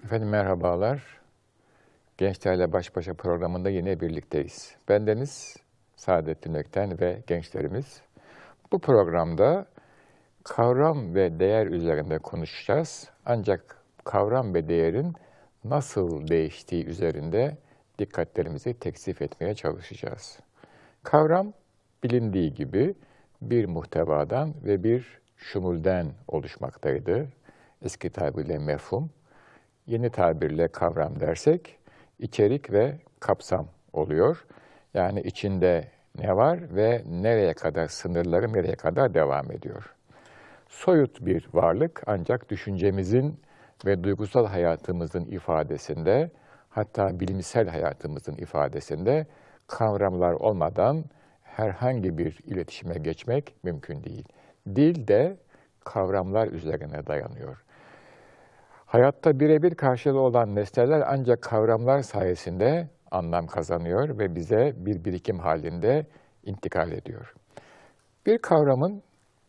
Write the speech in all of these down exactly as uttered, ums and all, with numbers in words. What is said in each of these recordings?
Efendim merhabalar. Gençlerle Baş Başa programında yine birlikteyiz. Bendeniz Saadettin Ökten ve gençlerimiz. Bu programda kavram ve değer üzerinde konuşacağız. Ancak kavram ve değerin nasıl değiştiği üzerinde dikkatlerimizi teksif etmeye çalışacağız. Kavram bilindiği gibi bir muhtevadan ve bir şumulden oluşmaktaydı. Eski tabirle mefhum. Yeni tabirle kavram dersek, içerik ve kapsam oluyor. Yani içinde ne var ve nereye kadar, sınırları nereye kadar devam ediyor. Soyut bir varlık ancak düşüncemizin ve duygusal hayatımızın ifadesinde, hatta bilimsel hayatımızın ifadesinde kavramlar olmadan herhangi bir iletişime geçmek mümkün değil. Dil de kavramlar üzerine dayanıyor. Hayatta birebir karşılığı olan nesneler ancak kavramlar sayesinde anlam kazanıyor ve bize bir birikim halinde intikal ediyor. Bir kavramın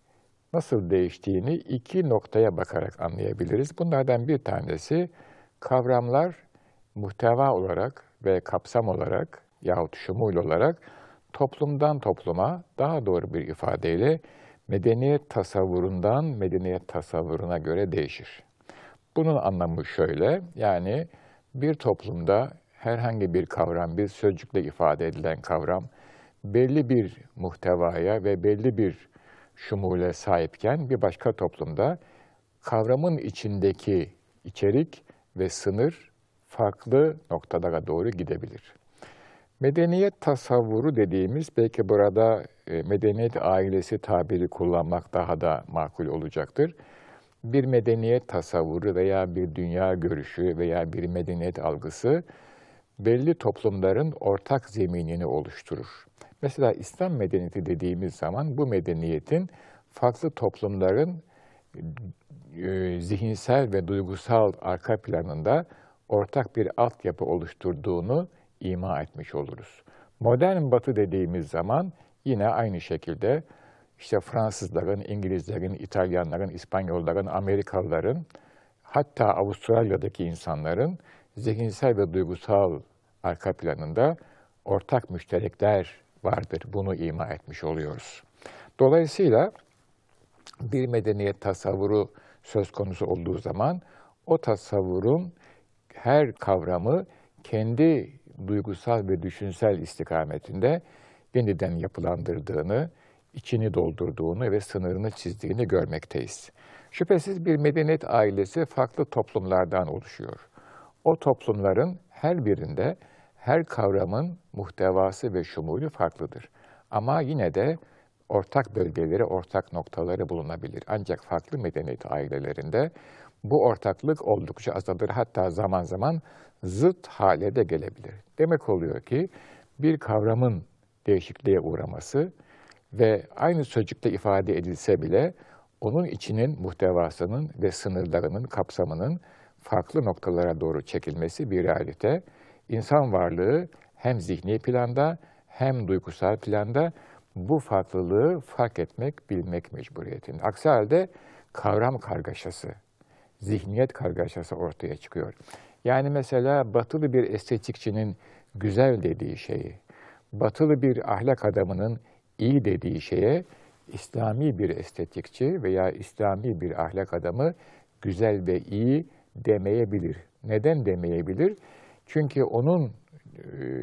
nasıl değiştiğini iki noktaya bakarak anlayabiliriz. Bunlardan bir tanesi kavramlar muhteva olarak ve kapsam olarak yahut şumul olarak toplumdan topluma, daha doğru bir ifadeyle medeniyet tasavvurundan medeniyet tasavvuruna göre değişir. Bunun anlamı şöyle, yani bir toplumda herhangi bir kavram, bir sözcükle ifade edilen kavram belli bir muhtevaya ve belli bir şumule sahipken bir başka toplumda kavramın içindeki içerik ve sınır farklı noktalara doğru gidebilir. Medeniyet tasavvuru dediğimiz, belki burada medeniyet ailesi tabiri kullanmak daha da makul olacaktır. Bir medeniyet tasavvuru veya bir dünya görüşü veya bir medeniyet algısı belli toplumların ortak zeminini oluşturur. Mesela İslam medeniyeti dediğimiz zaman bu medeniyetin farklı toplumların e, zihinsel ve duygusal arka planında ortak bir altyapı oluşturduğunu ima etmiş oluruz. Modern Batı dediğimiz zaman yine aynı şekilde İşte Fransızların, İngilizlerin, İtalyanların, İspanyolların, Amerikalıların, hatta Avustralya'daki insanların zihinsel ve duygusal arka planında ortak müşterekler vardır. Bunu ima etmiş oluyoruz. Dolayısıyla bir medeniyet tasavvuru söz konusu olduğu zaman o tasavvurun her kavramı kendi duygusal ve düşünsel istikametinde yeniden yapılandırdığını, içini doldurduğunu ve sınırını çizdiğini görmekteyiz. Şüphesiz bir medeniyet ailesi farklı toplumlardan oluşuyor. O toplumların her birinde her kavramın muhtevası ve şumulü farklıdır. Ama yine de ortak bölgeleri, ortak noktaları bulunabilir. Ancak farklı medeniyet ailelerinde bu ortaklık oldukça azalır. Hatta zaman zaman zıt hale de gelebilir. Demek oluyor ki bir kavramın değişikliğe uğraması ve aynı sözcükte ifade edilse bile onun içinin muhtevasının ve sınırlarının, kapsamının farklı noktalara doğru çekilmesi bir realite. İnsan varlığı hem zihni planda hem duygusal planda bu farklılığı fark etmek, bilmek mecburiyetinde. Aksi halde kavram kargaşası, zihniyet kargaşası ortaya çıkıyor. Yani mesela batılı bir estetikçinin güzel dediği şeyi, batılı bir ahlak adamının iyi dediği şeye İslami bir estetikçi veya İslami bir ahlak adamı güzel ve iyi demeyebilir. Neden demeyebilir? Çünkü onun e,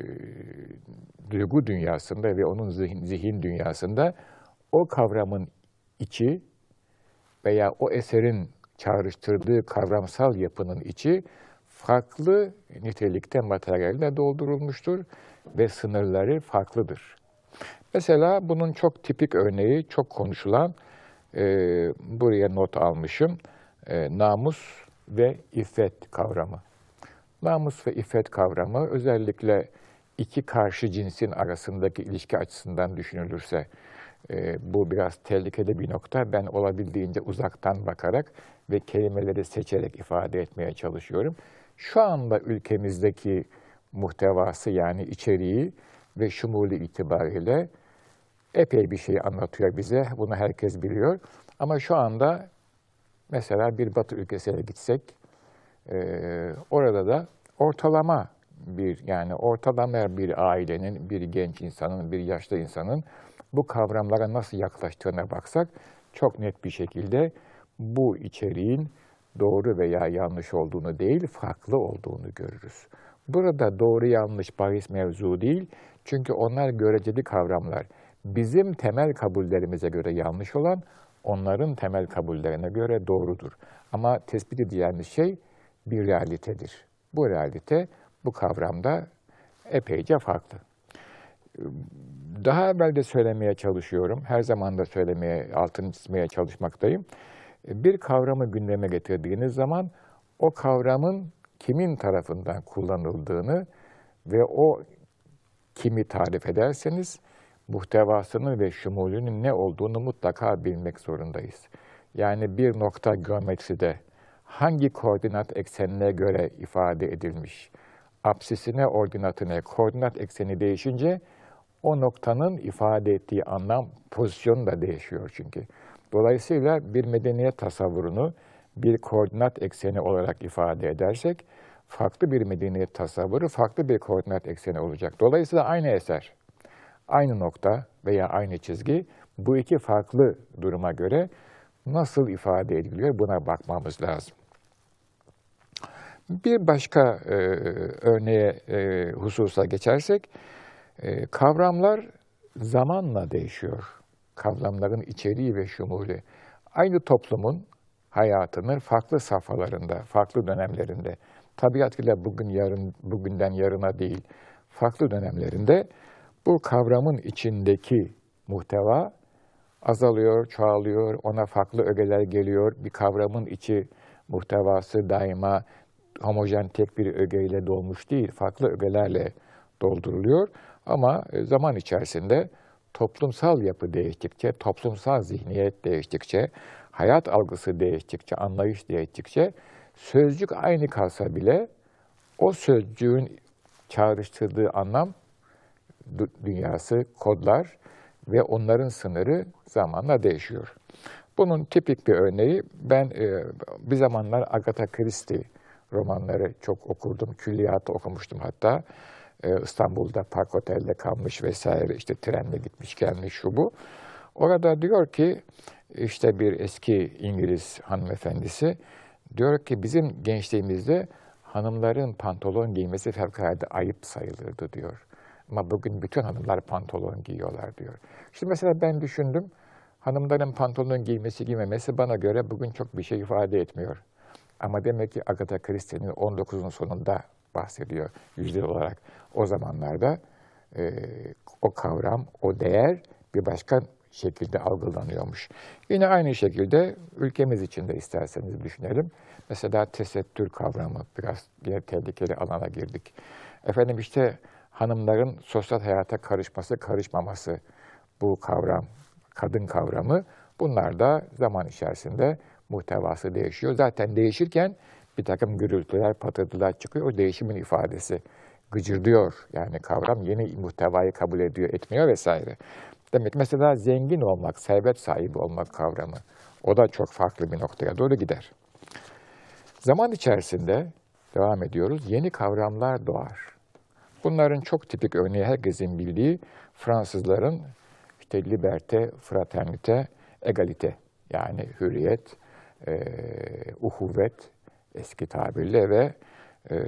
duygu dünyasında ve onun zihin, zihin dünyasında o kavramın içi veya o eserin çağrıştırdığı kavramsal yapının içi farklı nitelikte materyalle doldurulmuştur ve sınırları farklıdır. Mesela bunun çok tipik örneği, çok konuşulan, e, buraya not almışım, e, namus ve iffet kavramı. Namus ve iffet kavramı özellikle iki karşı cinsin arasındaki ilişki açısından düşünülürse, e, bu biraz tehlikeli bir nokta. Ben olabildiğince uzaktan bakarak ve kelimeleri seçerek ifade etmeye çalışıyorum. Şu anda ülkemizdeki muhtevası, yani içeriği ve şumulü itibariyle epey bir şey anlatıyor bize. Bunu herkes biliyor. Ama şu anda mesela bir Batı ülkesine gitsek, e, orada da ortalama bir yani ortalama bir ailenin, bir genç insanın, bir yaşlı insanın bu kavramlara nasıl yaklaştığına baksak çok net bir şekilde bu içeriğin doğru veya yanlış olduğunu değil, farklı olduğunu görürüz. Burada doğru yanlış bahis mevzu değil, çünkü onlar göreceli kavramlar. Bizim temel kabullerimize göre yanlış olan, onların temel kabullerine göre doğrudur. Ama tespit edildiğimiz şey bir realitedir. Bu realite bu kavramda epeyce farklı. Daha evvel de söylemeye çalışıyorum, her zaman da söylemeye, altını çizmeye çalışmaktayım. Bir kavramı gündeme getirdiğiniz zaman o kavramın kimin tarafından kullanıldığını ve o kimi tarif ederseniz muhtevasının ve şumulünün ne olduğunu mutlaka bilmek zorundayız. Yani bir nokta geometride hangi koordinat eksenine göre ifade edilmiş, apsisine, ordinatına, koordinat ekseni değişince o noktanın ifade ettiği anlam, pozisyonu da değişiyor çünkü. Dolayısıyla bir medeniyet tasavvurunu bir koordinat ekseni olarak ifade edersek, farklı bir medeniyet tasavvuru farklı bir koordinat ekseni olacak. Dolayısıyla aynı eser, aynı nokta veya aynı çizgi bu iki farklı duruma göre nasıl ifade ediliyor buna bakmamız lazım. Bir başka e, örneğe, e, hususa geçersek, e, kavramlar zamanla değişiyor. Kavramların içeriği ve şumulü aynı toplumun hayatının farklı safhalarında, farklı dönemlerinde, tabiatıyla bugün yarın, bugünden yarına değil, farklı dönemlerinde bu kavramın içindeki muhteva azalıyor, çoğalıyor, ona farklı ögeler geliyor. Bir kavramın içi muhtevası daima homojen tek bir ögeyle dolmuş değil, farklı ögelerle dolduruluyor. Ama zaman içerisinde toplumsal yapı değiştikçe, toplumsal zihniyet değiştikçe, hayat algısı değiştikçe, anlayış değiştikçe, sözcük aynı kalsa bile o sözcüğün çağrıştırdığı anlam dünyası, kodlar ve onların sınırı zamanla değişiyor. Bunun tipik bir örneği, ben e, bir zamanlar Agatha Christie romanları çok okurdum, külliyatı okumuştum hatta. E, İstanbul'da Park Otel'de kalmış vesaire, işte trenle gitmiş gelmiş şu bu. Orada diyor ki, işte bir eski İngiliz hanımefendisi, diyor ki bizim gençliğimizde hanımların pantolon giymesi fevkalade ayıp sayılırdı diyor. Ama bugün bütün hanımlar pantolon giyiyorlar diyor. İşte mesela ben düşündüm, hanımların pantolon giymesi giymemesi bana göre bugün çok bir şey ifade etmiyor. Ama demek ki Agatha Christie'nin on dokuzun sonunda bahsediyor yüzde olarak. O zamanlarda e, o kavram, o değer bir başka şekilde algılanıyormuş. Yine aynı şekilde ülkemiz için de isterseniz düşünelim. Mesela tesettür kavramı, biraz yine tehlikeli alana girdik. Efendim işte hanımların sosyal hayata karışması, karışmaması, bu kavram, kadın kavramı, bunlar da zaman içerisinde muhtevası değişiyor. Zaten değişirken bir takım gürültüler, patırtılar çıkıyor. O değişimin ifadesi gıcırdıyor. Yani kavram yeni muhtevayı kabul ediyor, etmiyor vesaire. Demek mesela zengin olmak, servet sahibi olmak kavramı, o da çok farklı bir noktaya doğru gider. Zaman içerisinde, devam ediyoruz, yeni kavramlar doğar. Bunların çok tipik örneği herkesin bildiği Fransızların işte liberté, fraternité, égalité, yani hürriyet, e, uhuvvet eski tabirle ve e,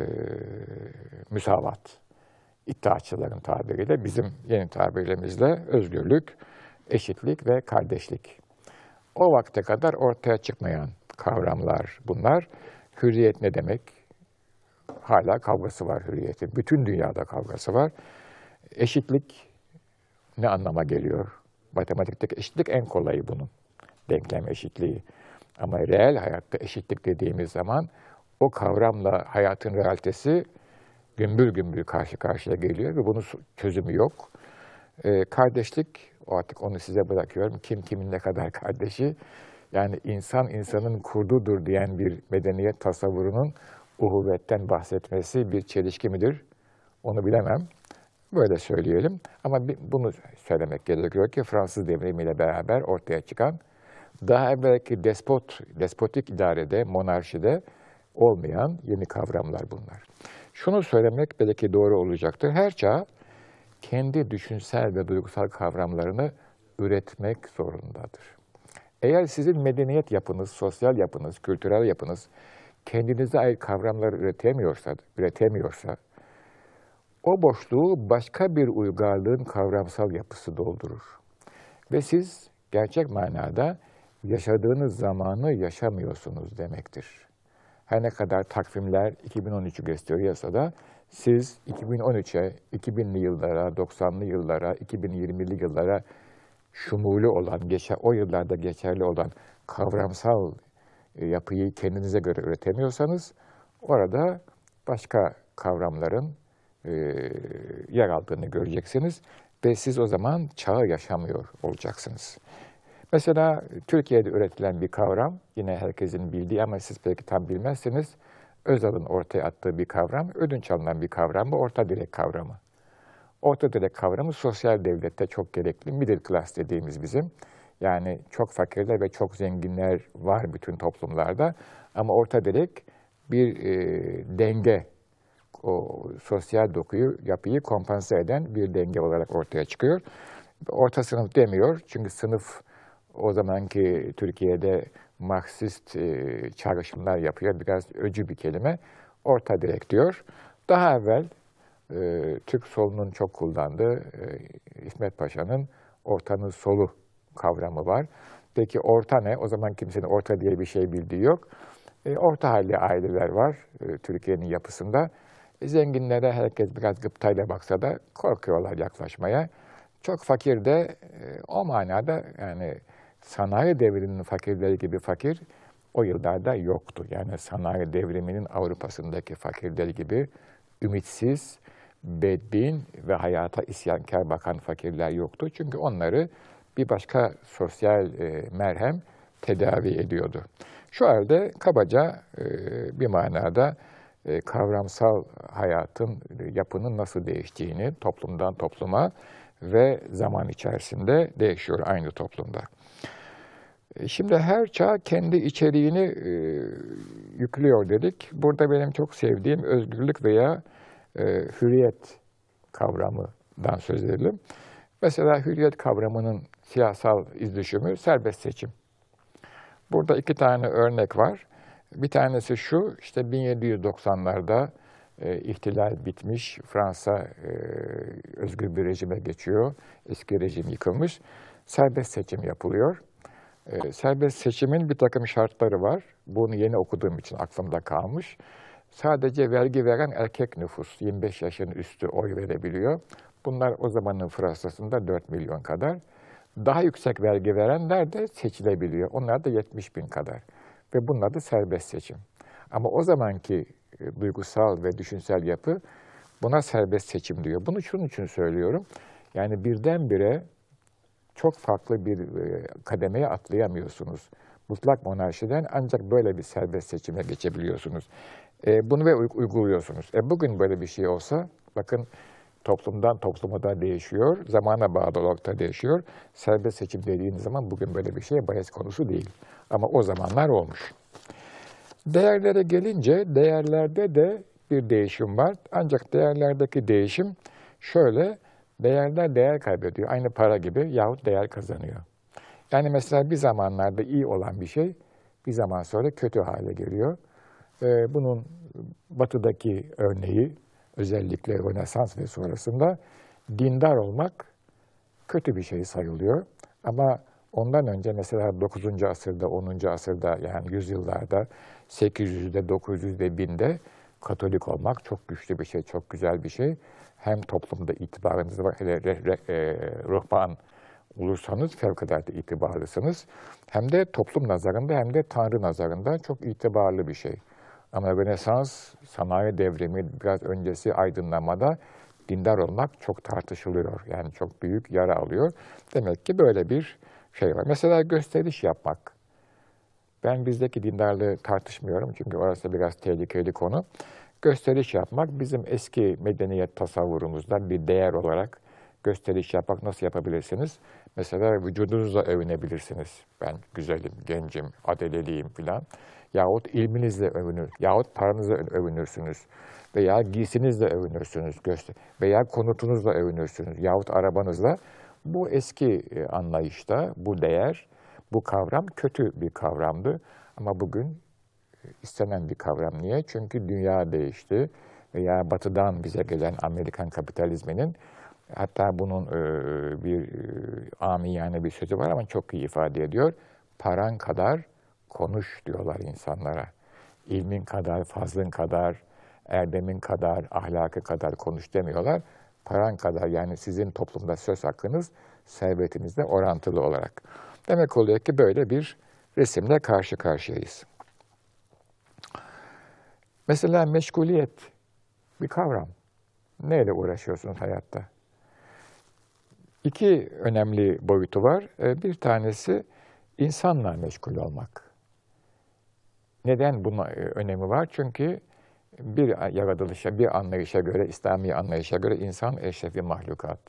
müsavat. İttihatçıların tabiriyle, bizim yeni tabirlerimizle özgürlük, eşitlik ve kardeşlik. O vakte kadar ortaya çıkmayan kavramlar bunlar. Hürriyet ne demek? Hala kavgası var hürriyetin. Bütün dünyada kavgası var. Eşitlik ne anlama geliyor? Matematikteki eşitlik en kolayı bunun. Denklem eşitliği. Ama reel hayatta eşitlik dediğimiz zaman o kavramla hayatın realitesi gümbür gümbür karşı karşıya geliyor ve bunun çözümü yok. Ee, kardeşlik, artık onu size bırakıyorum. Kim kimin ne kadar kardeşi? Yani insan insanın kurdudur diyen bir medeniyet tasavvurunun uhuvvetten bahsetmesi bir çelişki midir? Onu bilemem. Böyle söyleyelim. Ama bunu söylemek gerekiyor ki Fransız devrimiyle beraber ortaya çıkan, daha evvelki despot, despotik idarede, monarşide olmayan yeni kavramlar bunlar. Şunu söylemek belki doğru olacaktır. Her çağ kendi düşünsel ve duygusal kavramlarını üretmek zorundadır. Eğer sizin medeniyet yapınız, sosyal yapınız, kültürel yapınız kendinize ait kavramları üretemiyorsa, üretemiyorsa o boşluğu başka bir uygarlığın kavramsal yapısı doldurur. Ve siz gerçek manada yaşadığınız zamanı yaşamıyorsunuz demektir. Her ne kadar takvimler iki bin on üçü gösteriyorsa da siz iki bin on üçe, iki binli yıllara, doksanlı yıllara, iki bin yirmili yıllara şumulu olan, geçer, o yıllarda geçerli olan kavramsal yapıyı kendinize göre üretemiyorsanız orada başka kavramların e, yer aldığını göreceksiniz ve siz o zaman çağı yaşamıyor olacaksınız. Mesela Türkiye'de üretilen bir kavram, yine herkesin bildiği ama siz belki tam bilmezsiniz, Özal'ın ortaya attığı bir kavram, ödünç alınan bir kavram, bu orta direk kavramı. Orta direk kavramı sosyal devlette çok gerekli, middle class dediğimiz bizim. Yani çok fakirler ve çok zenginler var bütün toplumlarda ama orta direk bir e, denge, o sosyal dokuyu, yapıyı kompanse eden bir denge olarak ortaya çıkıyor. Orta sınıf demiyor çünkü sınıf o zamanki Türkiye'de Marksist e, çağrışımlar yapıyor, biraz öcü bir kelime. Orta direk diyor. Daha evvel e, Türk solunun çok kullandığı e, İsmet Paşa'nın ortanın solu kavramı var. Peki orta ne? O zaman kimsenin orta diye bir şey bildiği yok. E, orta halli aileler var e, Türkiye'nin yapısında. E, zenginlere herkes biraz gıptayla baksa da korkuyorlar yaklaşmaya. Çok fakir de e, o manada yani sanayi devrinin fakirleri gibi fakir o yıllarda yoktu. Yani sanayi devriminin Avrupa'sındaki fakirleri gibi ümitsiz, bedbin ve hayata isyankar bakan fakirler yoktu. Çünkü onları bir başka sosyal e, merhem tedavi ediyordu. Şu halde kabaca e, bir manada e, kavramsal hayatın, e, yapının nasıl değiştiğini toplumdan topluma ve zaman içerisinde değişiyor aynı toplumda. E, şimdi her çağ kendi içeriğini e, yüklüyor dedik. Burada benim çok sevdiğim özgürlük veya e, hürriyet kavramından söz edelim. Mesela hürriyet kavramının siyasal izdüşümü serbest seçim. Burada iki tane örnek var. Bir tanesi şu, işte bin yedi yüz doksanlarda e, ihtilal bitmiş, Fransa e, özgür bir rejime geçiyor, eski rejim yıkılmış, serbest seçim yapılıyor. E, serbest seçimin bir takım şartları var, bunu yeni okuduğum için aklımda kalmış. Sadece vergi veren erkek nüfus, yirmi beş yaşın üstü oy verebiliyor. Bunlar o zamanın Fransa'sında dört milyon kadar. Daha yüksek vergi verenler de seçilebiliyor. Onlar da yetmiş bin kadar. Ve bunlar da serbest seçim. Ama o zamanki e, duygusal ve düşünsel yapı buna serbest seçim diyor. Bunu şunun için söylüyorum. Yani birdenbire çok farklı bir e, kademeye atlayamıyorsunuz. Mutlak monarşiden ancak böyle bir serbest seçime geçebiliyorsunuz. E, bunu ve uyguluyorsunuz. E, bugün böyle bir şey olsa, bakın toplumdan topluma da değişiyor, zamana bağlı olarak da değişiyor. Serbest seçim dediğiniz zaman bugün böyle bir şey bahis konusu değil. Ama o zamanlar olmuş. Değerlere gelince, değerlerde de bir değişim var. Ancak değerlerdeki değişim şöyle, değerler değer kaybediyor. Aynı para gibi yahut değer kazanıyor. Yani mesela bir zamanlarda iyi olan bir şey, bir zaman sonra kötü hale geliyor. Ee, bunun batıdaki örneği, özellikle Rönesans ve sonrasında dindar olmak kötü bir şey sayılıyor. Ama ondan önce mesela dokuzuncu asırda, onuncu asırda yani yüzyıllarda sekiz yüzde, dokuz yüzde, binde Katolik olmak çok güçlü bir şey, çok güzel bir şey. Hem toplumda itibarınız var, hele re, re, e, ruhban olursanız fevkalade itibarlısınız. Hem de toplum nazarında hem de Tanrı nazarında çok itibarlı bir şey. Ama Rönesans, sanayi devrimi, biraz öncesi aydınlamada dindar olmak çok tartışılıyor. Yani çok büyük yara alıyor. Demek ki böyle bir şey var. Mesela gösteriş yapmak. Ben bizdeki dindarlığı tartışmıyorum çünkü orası biraz tehlikeli konu. Gösteriş yapmak bizim eski medeniyet tasavvurumuzdan bir değer olarak gösteriş yapmak nasıl yapabilirsiniz? Mesela vücudunuzla övünebilirsiniz. Ben güzelim, gencim, adeleliyim filan. Yahut ilminizle övünür, yahut paranızla övünürsünüz. Veya giysinizle övünürsünüz, göster veya konutunuzla övünürsünüz, yahut arabanızla. Bu eski anlayışta bu değer, bu kavram kötü bir kavramdı. Ama bugün istenen bir kavram. Niye? Çünkü dünya değişti. Veya batıdan bize gelen Amerikan kapitalizminin, hatta bunun e, bir e, amiyane bir sözü var ama çok iyi ifade ediyor. Paran kadar konuş diyorlar insanlara. İlmin kadar, fazlın kadar, erdemin kadar, ahlakı kadar konuş demiyorlar. Paran kadar, yani sizin toplumda söz hakkınız servetinizle orantılı olarak. Demek oluyor ki böyle bir resimle karşı karşıyayız. Mesela meşguliyet bir kavram. Neyle uğraşıyorsunuz hayatta? İki önemli boyutu var. Bir tanesi insanla meşgul olmak. Neden bunun önemi var? Çünkü bir yaratılışa, bir anlayışa göre, İslami anlayışa göre insan eşrefi mahlukat.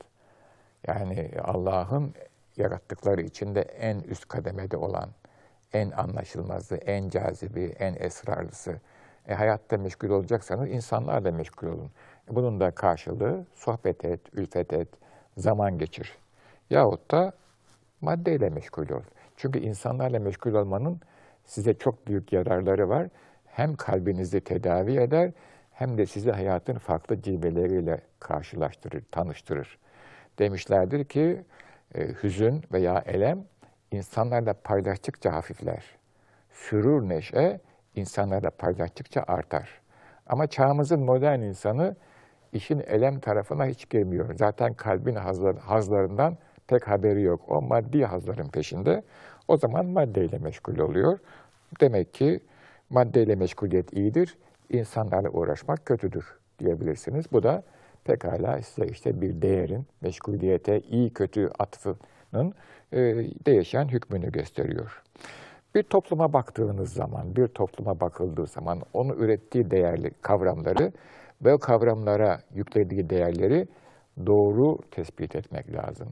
Yani Allah'ın yarattıkları içinde en üst kademede olan, en anlaşılmazı, en cazibi, en esrarlısı. E, hayatta meşgul olacaksanız insanlarla meşgul olun. E, bunun da karşılığı sohbet et, ülfet et, zaman geçir. Yahut da maddeyle meşgul ol. Çünkü insanlarla meşgul olmanın size çok büyük yararları var. Hem kalbinizi tedavi eder, hem de sizi hayatın farklı cilveleriyle karşılaştırır, tanıştırır. Demişlerdir ki, e, hüzün veya elem insanlarla paylaştıkça hafifler. Sürur, neşe insanlarla paylaştıkça artar. Ama çağımızın modern insanı işin elem tarafına hiç girmiyor. Zaten kalbin hazlar, hazlarından pek haberi yok. O maddi hazların peşinde. O zaman maddeyle meşgul oluyor. Demek ki maddeyle meşguliyet iyidir, insanlarla uğraşmak kötüdür diyebilirsiniz. Bu da pekala size işte bir değerin, meşguliyete iyi kötü atfının e, değişen hükmünü gösteriyor. Bir topluma baktığınız zaman, bir topluma bakıldığı zaman onu ürettiği değerli kavramları ve o kavramlara yüklediği değerleri doğru tespit etmek lazım.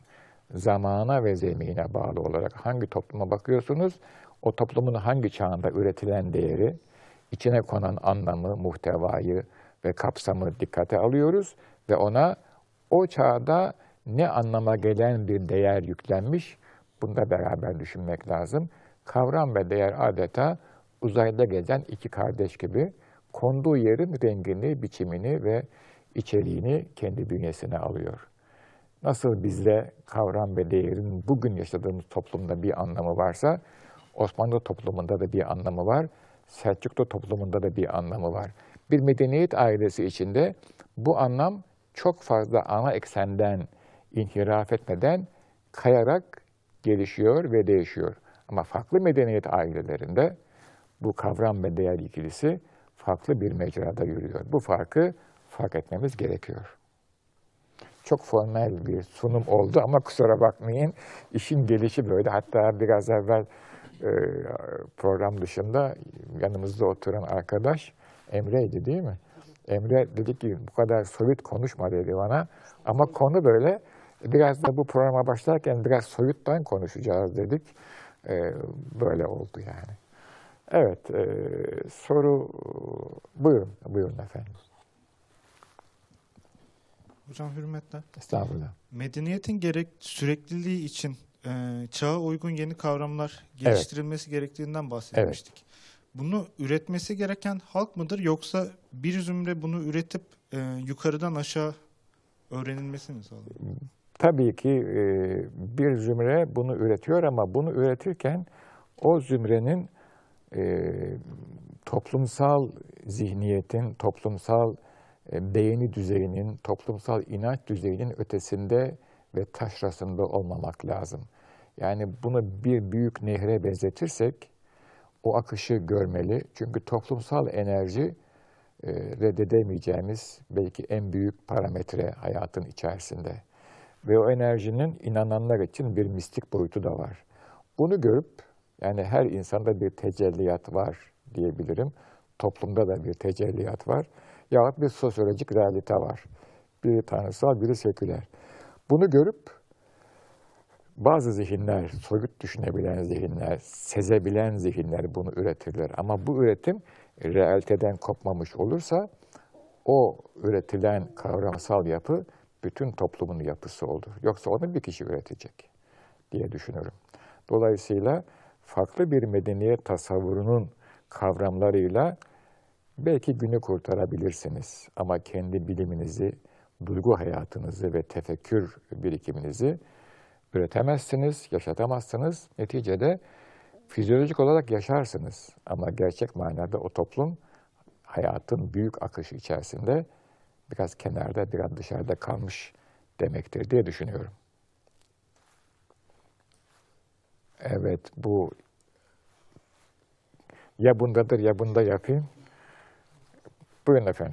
Zamana ve zemine bağlı olarak hangi topluma bakıyorsunuz, o toplumun hangi çağında üretilen değeri, içine konan anlamı, muhtevayı ve kapsamı dikkate alıyoruz ve ona o çağda ne anlama gelen bir değer yüklenmiş, bunu da beraber düşünmek lazım. Kavram ve değer adeta uzayda gezen iki kardeş gibi konduğu yerin rengini, biçimini ve içeriğini kendi bünyesine alıyor. Nasıl bizde kavram ve değerin bugün yaşadığımız toplumda bir anlamı varsa, Osmanlı toplumunda da bir anlamı var, Selçuklu toplumunda da bir anlamı var. Bir medeniyet ailesi içinde bu anlam çok fazla ana eksenden inhiraf etmeden kayarak gelişiyor ve değişiyor. Ama farklı medeniyet ailelerinde bu kavram ve değer ikilisi farklı bir mecrada yürüyor. Bu farkı fark etmemiz gerekiyor. Çok formel bir sunum oldu ama kusura bakmayın. İşin gelişi böyle. Hatta biraz evvel e, program dışında yanımızda oturan arkadaş Emre'ydi değil mi? Emre dedi ki bu kadar soyut konuşma dedi bana. Ama konu böyle. Biraz da bu programa başlarken biraz soyuttan konuşacağız dedik. E, böyle oldu yani. Evet, e, soru buyurun, buyurun efendim. Hocam hürmetler. Estağfurullah. Medeniyetin gerek sürekliliği için e, çağa uygun yeni kavramlar geliştirilmesi evet. gerektiğinden bahsetmiştik. Evet. Bunu üretmesi gereken halk mıdır yoksa bir zümre bunu üretip e, yukarıdan aşağı öğrenilmesi mi sağlanıyor? Tabii ki e, bir zümre bunu üretiyor ama bunu üretirken o zümrenin e, toplumsal zihniyetin, toplumsal e, beğeni düzeyinin, toplumsal inanç düzeyinin ötesinde ve taşrasında olmamak lazım. Yani bunu bir büyük nehre benzetirsek o akışı görmeli. Çünkü toplumsal enerji e, reddedemeyeceğimiz belki en büyük parametre hayatın içerisinde. Ve o enerjinin inananlar için bir mistik boyutu da var. Bunu görüp, yani her insanda bir tecelliyat var diyebilirim. Toplumda da bir tecelliyat var. Yahut bir sosyolojik realite var. Biri tanrısal, biri seküler. Bunu görüp bazı zihinler, soyut düşünebilen zihinler, sezebilen zihinler bunu üretirler. Ama bu üretim realiteden kopmamış olursa o üretilen kavramsal yapı bütün toplumun yapısı olur. Yoksa onu bir kişi üretecek diye düşünüyorum. Dolayısıyla farklı bir medeniyet tasavvurunun kavramlarıyla belki günü kurtarabilirsiniz. Ama kendi biliminizi, duygu hayatınızı ve tefekkür birikiminizi üretemezsiniz, yaşatamazsınız. Neticede fizyolojik olarak yaşarsınız. Ama gerçek manada o toplum hayatın büyük akışı içerisinde biraz kenarda, biraz dışarıda kalmış demektir diye düşünüyorum. Evet, bu ya bundadır ya bunda yapayım. Buyurun efendim.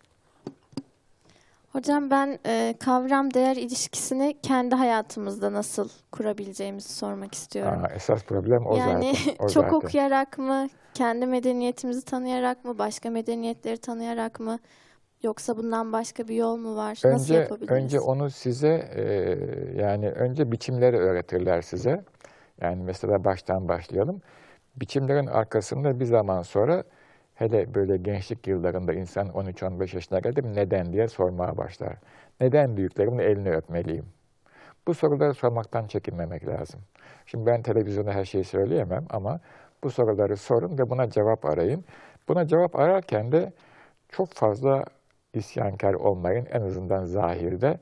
Hocam ben e, kavram değer ilişkisini kendi hayatımızda nasıl kurabileceğimizi sormak istiyorum. Aa, esas problem o yani, zaten. O çok zaten. okuyarak mı, kendi medeniyetimizi tanıyarak mı, başka medeniyetleri tanıyarak mı, yoksa bundan başka bir yol mu var? Önce, nasıl yapabiliriz? Önce onu size, e, yani önce biçimleri öğretirler size. Yani mesela baştan başlayalım. Biçimlerin arkasında bir zaman sonra, hele böyle gençlik yıllarında insan on üç on beş yaşına geldi mi neden diye sormaya başlar. Neden büyüklerimin elini öpmeliyim? Bu soruları sormaktan çekinmemek lazım. Şimdi ben televizyonda her şeyi söyleyemem ama bu soruları sorun ve buna cevap arayın. Buna cevap ararken de çok fazla isyankar olmayın. En azından zahirde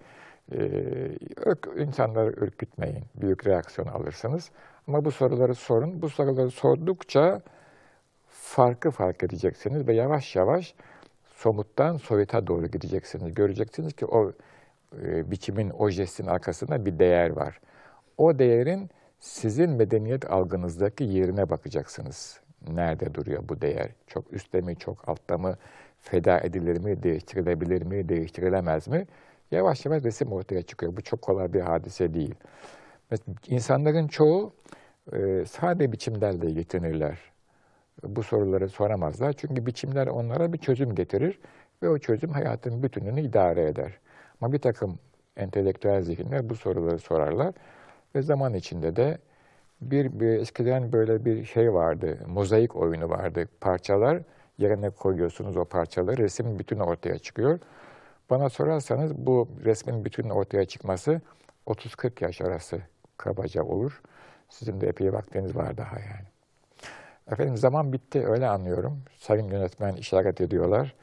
e, insanları ürkütmeyin. Büyük reaksiyon alırsınız. Ama bu soruları sorun. Bu soruları sordukça farkı fark edeceksiniz ve yavaş yavaş somuttan soyuta doğru gideceksiniz. Göreceksiniz ki o e, biçimin, o jestin arkasında bir değer var. O değerin sizin medeniyet algınızdaki yerine bakacaksınız. Nerede duruyor bu değer? Çok üstte mi, çok altta mı? Feda edilir mi, değiştirilebilir mi, değiştirilemez mi? Yavaş yavaş resim ortaya çıkıyor. Bu çok kolay bir hadise değil. İnsanların çoğu e, sade biçimlerle yetinirler. Bu soruları soramazlar. Çünkü biçimler onlara bir çözüm getirir ve o çözüm hayatın bütününü idare eder. Ama bir takım entelektüel zihinler bu soruları sorarlar ve zaman içinde de bir, bir eskiden böyle bir şey vardı, mozaik oyunu vardı. Parçalar yerine koyuyorsunuz o parçaları, resmin bütünü ortaya çıkıyor. Bana sorarsanız bu resmin bütünü ortaya çıkması otuz kırk yaş arası kabaca olur. Sizin de epey vaktiniz var daha yani. Efendim zaman bitti, öyle anlıyorum. Sayın yönetmen işaret ediyorlar.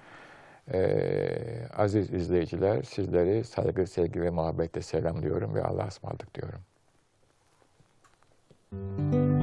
Ee, aziz izleyiciler, sizleri saygı, sevgi ve muhabbetle selamlıyorum ve Allah'a ısmarladık diyorum.